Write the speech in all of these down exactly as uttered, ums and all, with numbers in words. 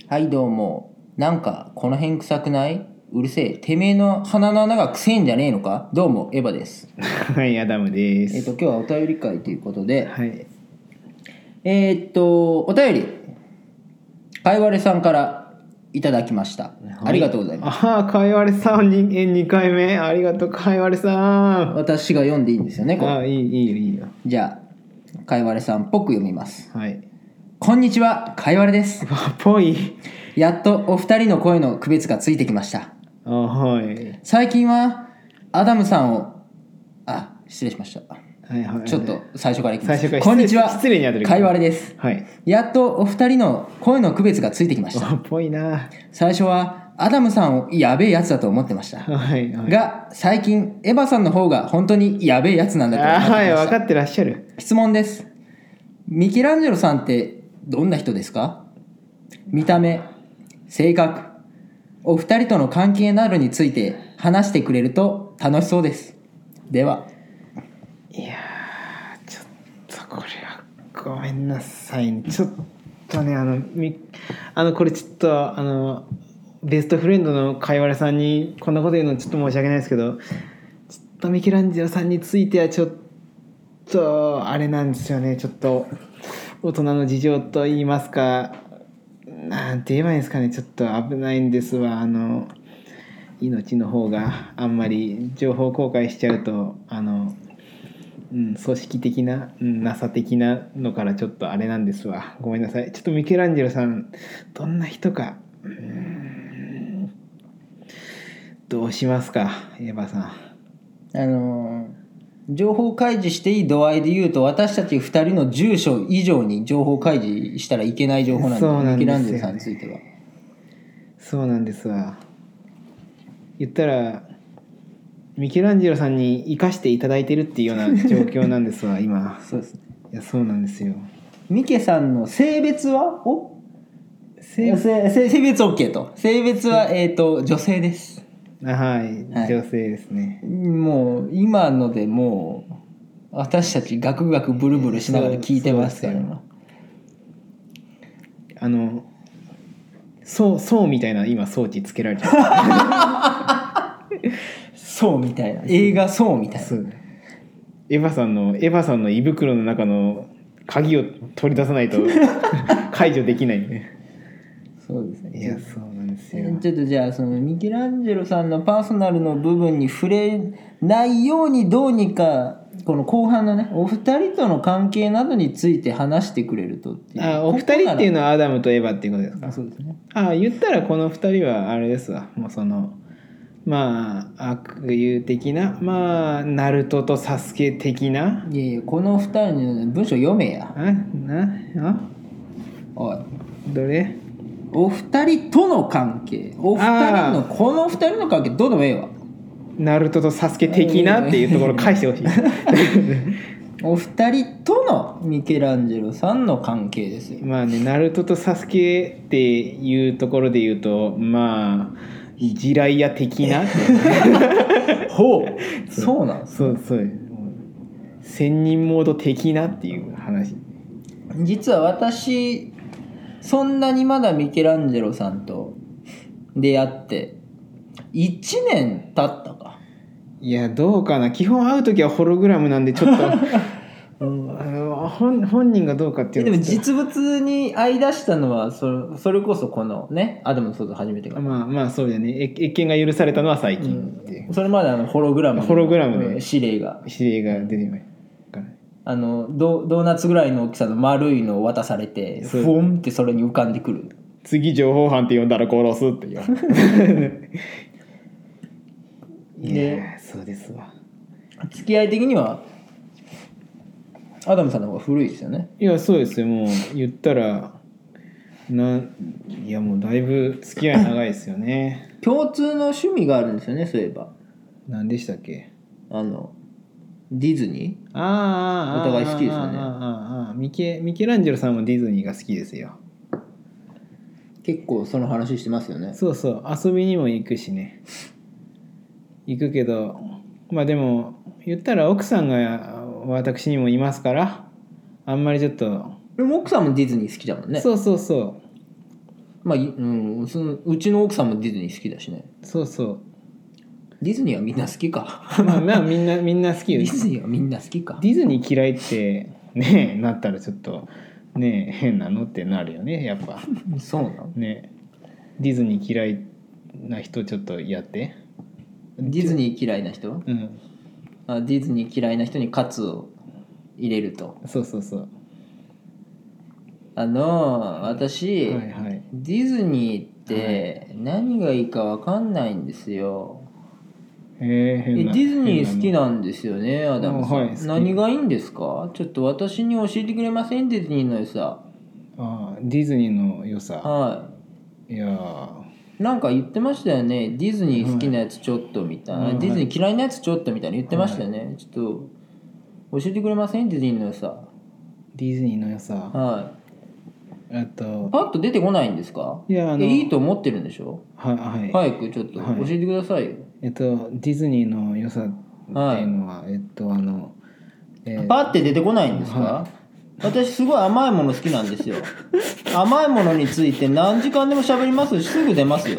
はいどうも。なんかこの辺臭くない？うるせえ。てめえの鼻の穴が臭えんじゃねえのか？どうもエヴァです。 はい、アダムです。 えっ、と今日はお便り会ということで、 はい。 えっ、とお便りかいわれさんからいただきました。 はい、 ありがとうございます。 ああ、かいわれさんににかいめありがとうかいわれさん。 私が読んでいいんですよねこれ。 ああ、いいいいよいいよ。 じゃあかいわれさんっぽく読みます。 はい。 こんにちは、かいわれです。 わぽい。 やっとお二人の声の区別がついてきました。 あはい。 最近はアダムさんをあ失礼しました。 はいはい、 ちょっと最初からいきます。 最初からこんにちは、 失礼に当たるかいわれです。 はい。 やっとお二人の声の区別がついてきました。 わぽいな。 最初はアダムさんをやべえやつだと思ってました。 はいはい。 が最近エヴァさんの方が本当にやべえやつなんだと思ってました。 はい、分かってらっしゃる。 質問です。ミケランジェロさんってどんな人ですか？見た目、性格、お二人との関係などについて話してくれると楽しそうです。では。 いやー、ちょっとこれはごめんなさい、ね、ちょっとねあのみあのこれちょっとあのベストフレンドのかいわれさんにこんなこと言うのちょっと申し訳ないですけど、ちょっとミケランジェロさんについてはちょっとあれなんですよね。ちょっと大人の事情と言いますか、なんて言えばいいんですかね、ちょっと危ないんですわ。あの命の方があんまり情報公開しちゃうとあの、うん、組織的な、うん、ナサ的なのからちょっとあれなんですわ。ごめんなさい。ちょっとミケランジェロさんどんな人か、うーん、どうしますかエヴァさん。 あのー情報開示していい度合いで言うと、私たちふたりの住所以上に情報開示したらいけない情報なんで、 そうなんですよね。 ミケランジェロさんについてはそうなんですわ。言ったらミケランジェロさんに生かしていただいてるっていうような状況なんですわ今。 そうですね。 いやそうなんですよ。 ミケさんの性別はお性性性別 OK と。性別は、えー、と女性です。 あはい、 はい、 女性ですね。 もう今のでもう私たちガクガクブルブルしながら聞いてますから、ね、 あのそうそうみたいな今装置つけられちゃうそうみたいな映画そうみたいな。 エヴァさんのエヴァさんの胃袋の中の鍵を取り出さないと解除できないね。 そうですね。 いやそうなんですよ。 ちょっとじゃあそのミケランジェロさんのパーソナルの部分に触れないようにどうにかこの後半のねお二人との関係などについて話してくれるとっていう。 あお二人っていうのはアダムとエヴァっていうことですか？ そうですね。 あ言ったらこの二人はあれですわ。もうそのまあ悪友的なまあナルトとサスケ的な。 いやいやこの二人の文章読めや。 あなあおいどれ？ お二人との関係、お二人のこの二人の関係どうでもええわ。 ナルトとサスケ的なっていうところ返してほしいお二人とのミケランジェロさんの関係ですよ。 まあねナルトとサスケっていうところで言うとまあ地雷屋的なほうそうなんです、 ね、そうそう千人モード的なっていう話。 実は私そんなにまだミケランジェロさんと出会っていちねん経ったか。 いやどうかな。基本会う時はホログラムなんでちょっと、うん、あの 本, 本人がどうかっていうのでも実物に会い出したのはそ れ, それこそこのねアダムの外初めてがまあまあそうだよね。越見が許されたのは最近っていう、 うん、それまであのホログラムホログラムで、 うん、指令が指令が出てまいあの ド, ドーナツぐらいの大きさの丸いのを渡されてフォンってそれに浮かんでくる。 次情報班って呼んだら殺すって言われいやそうですわ。 付き合い的にはアダムさんの方が古いですよね。 いやそうですよ。もう言ったらないやもうだいぶ付き合い長いですよね共通の趣味があるんですよね。そういえば何でしたっけ？ あのディズニー。 ああお互い好きですよね。 あああミケミケランジェロさんもディズニーが好きですよ。 結構その話してますよね。 そうそう遊びにも行くしね。行くけどまあでも言ったら奥さんが私にもいますからあんまりちょっと。 でも奥さんもディズニー好きだもんね。 そうそうそまあ、いうん、そのうちの奥さんもディズニー好きだしね。 そうそうディズニーはみんな好きか。 まあまあみんなみんな好きデよィズニーはみんな好きか。 ディズニー嫌いってねなったらちょっとね変なのってなるよねやっぱそうなの。 ねディズニー嫌いな人ちょっとやってディズニー嫌いな人、 うんあディズニー嫌いな人にカツを入れると。 そうそうそうあの私、 はいはいディズニーって何がいいか分かんないんですよ。 えー、 え変なディズニー好きななんですよね、アダムさん、 あはい好き何がいいんですか？ちょっと私に教えてくれません？ディズニーの良さ。 あディズニーの良さはいやいなんか言ってましたよね、ディズニー好きなやつちょっとみたいな、 はいディズニー嫌いなやつちょっとみたいな言ってましたよね、ちょっと教えてくれません？ディズニーの良さ。 ディズニーの良さはいあとパッと出てこないんですか？ いやあのえいいと思ってるんでしょ？ ははい、 早くちょっと教えてくださいよ。 えっとディズニーの良さっていうのは、えっとあの、えーパッて出てこないんですか？ は私すごい甘いもの好きなんですよ。甘いものについて何時間でも喋りますし、すぐ出ますよ。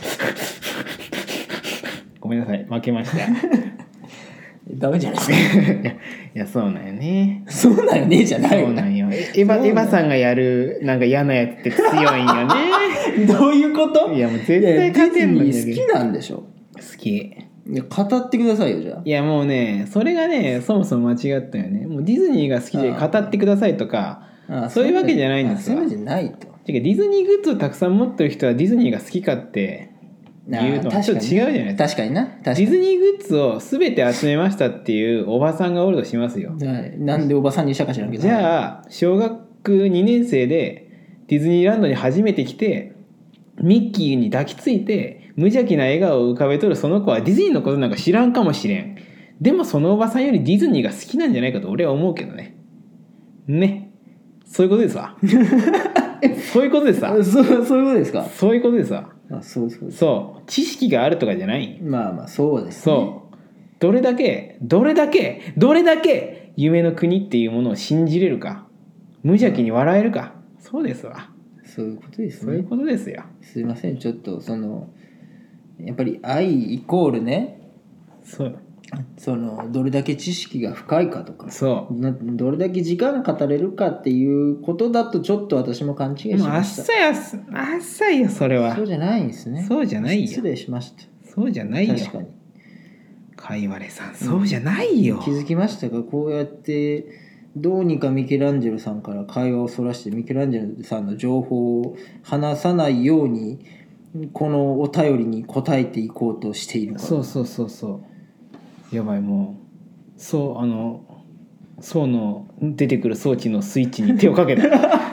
ごめんなさい負けましたダメじゃないですか。 いやいやそうなんよねそうなんよねじゃないよね。 そうなんよえエヴァエヴァさんがやるなんか嫌なやつって強いんよねどういうこと？ いやもう絶対勝てんのいにやディズニー好きなんでしょ。 好きいや語ってくださいよじゃあ。 いやもうねそれがねそもそも間違ったよねもうディズニーが好きで語ってくださいとかああそういうわけじゃないんですよあそういうのじゃないと。 てかディズニーグッズをたくさん持ってる人はディズニーが好きかっていうのはちょっと違うじゃないですか確かにな確かにディズニーグッズを全て集めましたっていうおばさんがおるとしますよはいなんでおばさんにしたか知らんけど。 じゃあ小学にねん生でディズニーランドに初めて来てミッキーに抱きついて無邪気な笑顔を浮かべとるその子はディズニーのことなんか知らんかもしれん。でもそのおばさんよりディズニーが好きなんじゃないかと俺は思うけどね。ねそういうことですわそういうことですわあそうそういうことですか。 そういうことですわあそうそうそう知識があるとかじゃないまあまあそうですね。 そうどれだけどれだけどれだけ夢の国っていうものを信じれるか無邪気に笑えるか、そうですわそういうことですね。 そういうことですよすいませんちょっとそのやっぱり愛イコールねそうそのどれだけ知識が深いかとかそうなどれだけ時間が語れるかっていうことだとちょっと私も勘違いしもうあっました。 さいあっさあっさいよそれはそうじゃないんですね。 そうじゃないよ失礼しました。 そうじゃないよ確かにかいわれさんそうじゃないよ、 気づきましたがこうやってどうにかミケランジェロさんから会話をそらしてミケランジェロさんの情報を話さないようにこのお便りに答えていこうとしているから。 そうそうそうそうやばいもうそうあのそうの出てくる装置のスイッチに手をかけた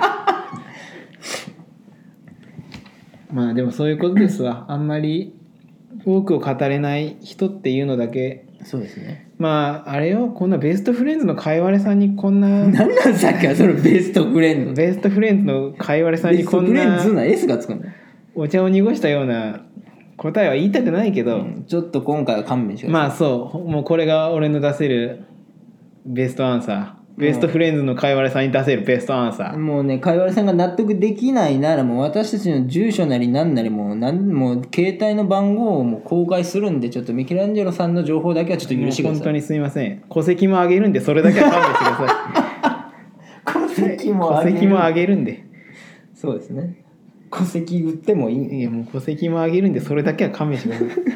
まあでもそういうことですわあんまり多くを語れない人っていうのだけそうですね。 まああれよこんなベストフレンズのかいわれさんにこんな何なんさっきはそのベストフレンドベストフレンズのかいわれさんベストフにこんなレンズな S がつくんだ、 お茶を濁したような答えは言いたくないけど、 うんちょっと今回は勘弁してください。 まあそうもうこれが俺の出せるベストアンサーベストフレンズのかいわれさんに出せるベストアンサー、 もうね、かいわれさんが納得できないならもう私たちの住所なり何なりもうなんもう携帯の番号をもう公開するんでちょっとミケランジェロさんの情報だけはちょっと許してください。 もう本当にすみません戸籍もあげるんでそれだけは勘弁してください戸籍もあげる戸籍もあげるんでそうですね。戸籍売ってもいい。 いやもう戸籍もあげるんでそれだけは勘弁してください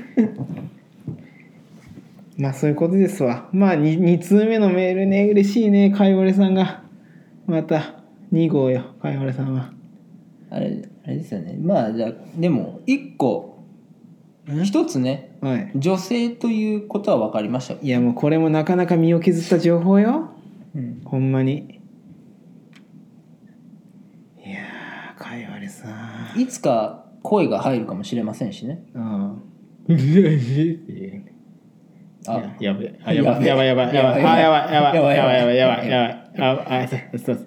まあそういうことですわ。まあ 2, 2通目のメールね嬉しいねかいわれさんがまたに号よかいわれさんはあれあれですよね。まあじゃあでもいっこ一つねはい女性ということは分かりました。 いやもうこれもなかなか身を削った情報よ、 うん、 ほんまにいやーかいわれさんいつか声が入るかもしれませんしね。 あああやべあやばいやばいやばいやばいあやばいやばいやばいやばいやばいやばいああそうそう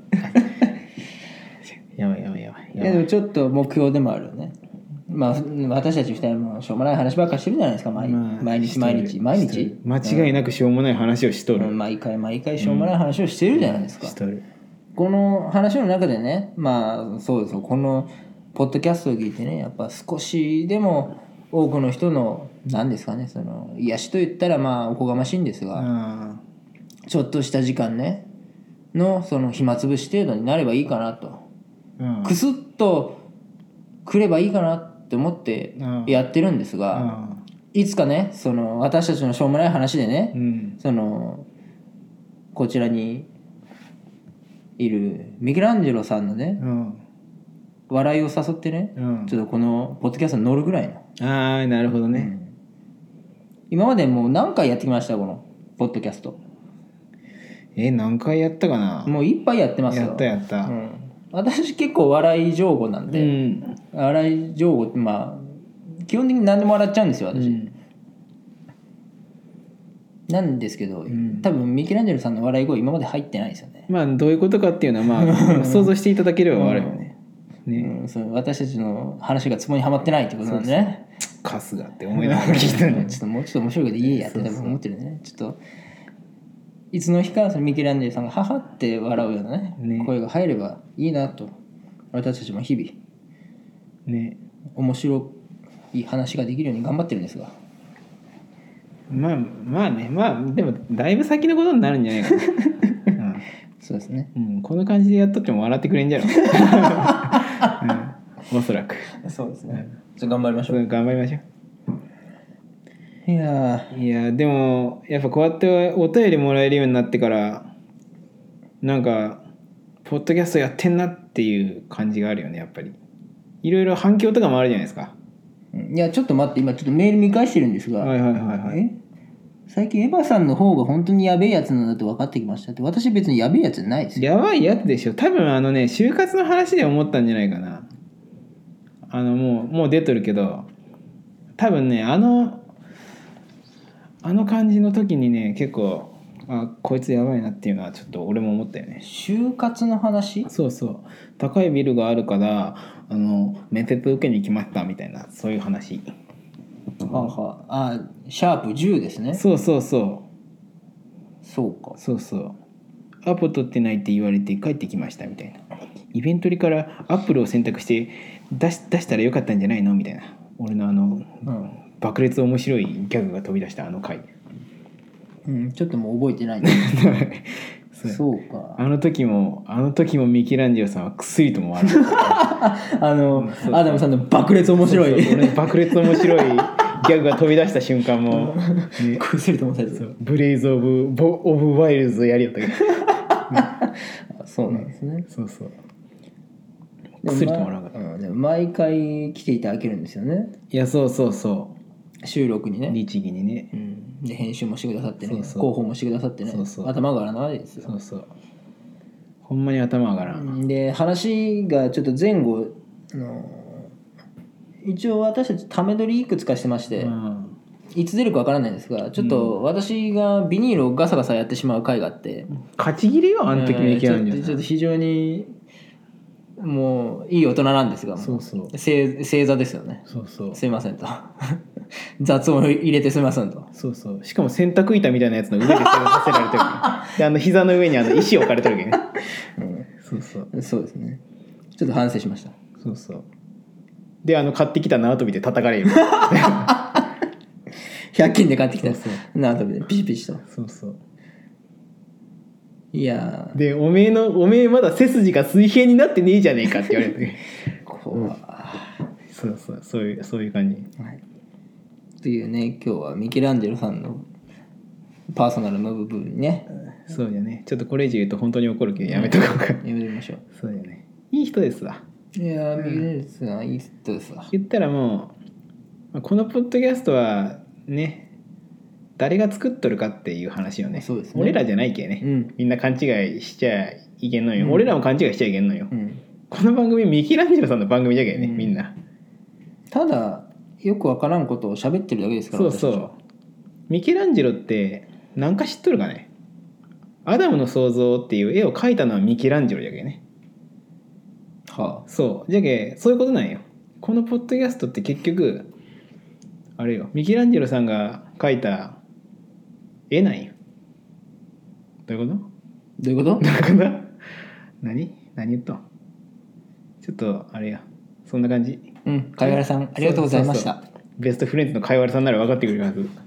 やばいやばいやばいいやでもちょっと目標でもあるよね。まあ私たち二人もしょうもない話ばっかりしてるじゃないですか毎,、 まあ毎日毎日毎日間違いなくしょうもない話をしとる、 うん毎回毎回しょうもない話をしてるじゃないですか、 しとるこの話の中でねまあそうですよこのポッドキャストを聞いてねやっぱ少しでも多くの人の何ですかねその癒しと言ったらまあおこがましいんですが、 あちょっとした時間ねのその暇つぶし程度になればいいかなと、 うんクスッとくればいいかなって思ってやってるんですが、 あいつかねその私たちのしょうもない話でね、 うんそのこちらにいるミケランジェロさんのねうん笑いを誘ってね、 うんちょっとこのポッドキャストに乗るぐらいの、 ああなるほどね、 今までもう何回やってきましたこのポッドキャスト。 え何回やったかな。 もういっぱいやってますよ。 やったやった、 うん、私結構笑い上手なんうで、 ん笑い上手ってまあ基本的に何でも笑っちゃうんですよ私、 うんなんですけど、 ん多分ミケランジェロさんの笑い声今まで入ってないですよね、 まあどういうことかっていうのはまあ想像していただければ分かるよね、ねうん、その私たちの話がツボにはまってないってことなんでね、 春日って思いながら聞いたねちょっともうちょっと面白いこと言えやって多分思ってるんでね、ちょっといつの日かそのミケランジェロさんがハハって笑うようなねね声が入ればいいなと、私たちも日々 ね面白い話ができるように頑張ってるんですが、 まあまあねまあでもだいぶ先のことになるんじゃないかな、 そうですね、 うんうん、この感じでやっとっても笑ってくれんじゃろ、うん、おそらくそうですね、ちょっと頑張りましょう。 そう頑張りましょいやう。いやでもやっぱこうやってお便りもらえるようになってからなんかポッドキャストやってんなっていう感じがあるよね。やっぱりいろいろ反響とかもあるじゃないですか。 いやちょっと待って今ちょっとメール見返してるんですが、 はいはいはいはい。 え最近エヴァさんの方が本当にやべえやつなんだと分かってきましたって。私別にやべえやつじゃないですよ。 やばいやつでしょ。多分あのね就活の話で思ったんじゃないかな。あのもうもう出とるけど多分ねあのあの感じの時にね結構あこいつやばいなっていうのはちょっと俺も思ったよね。 就活の話？ そうそう高いビルがあるからあの面接受けに来ましたみたいなそういう話。 はあはあ、あシャープじゅうですね。 そうそうそうそうか。 そうそうアポ取ってないって言われて帰ってきましたみたいな。イベントリからアップルを選択して出し、出したらよかったんじゃないのみたいな。俺のあの、 うん、 爆裂面白いギャグが飛び出したあの回、 うん、ちょっともう覚えてないそうそうか。 あの時もあの時もミケランジェロさんはくっすりとも笑うあの、 うんそうそうアダムさんの爆裂面白いそうそう俺爆裂面白いギャグが飛び出した瞬間も、ね、 くすりと思ったやつ。 そうブレイズ・オブ・ボオブ・ワイルズやりよったけどそうなんですね。 そうそうでもくすりとも笑うかった、 まうんでも毎回来ていただけるんですよね。 いやそうそうそ収録にね。 う律儀にね、 うん、で編集もしてくださってね、 そうそう広報もしてくださってね、 そうそう頭が上がらないですよ。 そうそうほんまに頭上がらん、 うんで話がちょっと前後あの一応私たちため撮りいくつかしてまして、 うんいつ出るかわからないんですがちょっと私がビニールをガサガサやってしまう回があって、 勝ち切れよあの時のえーちょミケランジェロさんっとちょっと非常にもういい大人なんですがもそうそう正正座ですよね。 そうそうすいませんと雑音を入れてすいませんと。 そうそうしかも洗濯板みたいなやつの上でそれをさせられてるわけであの膝の上にあの石置かれてるわけね、うん、そうそうそうですね。ちょっと反省しました。 そうそうであの買ってきた縄跳びで叩かれるひゃく均で買ってきたそうそう縄跳びでピシピシと。 そうそういやでおめえのおめえまだ背筋が水平になってねえじゃねえかって言われてこう、 そうそうそういうそういう感じはい、というね今日はミケランジェロさんのパーソナルの部分にね、 そうだねちょっとこれ以上言うと本当に怒るけどやめとこうか、 やめてみましょそうだよねいい人ですわう。いやーミケランジェロさんいい人ですわ。 言ったらもうこのポッドキャストはね誰が作っとるかっていう話よね。 そうですね俺らじゃないけね、 うん、 みんな勘違いしちゃいけんのよ、 うん俺らも勘違いしちゃいけんのよ、 うん、 この番組ミケランジェロさんの番組じゃけね、 うんみんなただよくわからんことを喋ってるだけですから。 そうそう私たちはミケランジェロって何か知っとるかね。アダムの創造っていう絵を描いたのはミケランジェロじゃけね。 はあ、 そうじゃけそういうことなんよ。このポッドキャストって結局あれよミケランジェロさんが描いた絵なんよ。どういうことどういうこと？ どういうこと何何言ったんちょっとあれやそんな感じ。 うん、かいわれさんありがとうございました。 そうそうそうベストフレンズのかいわれさんなら分かってくれるはず。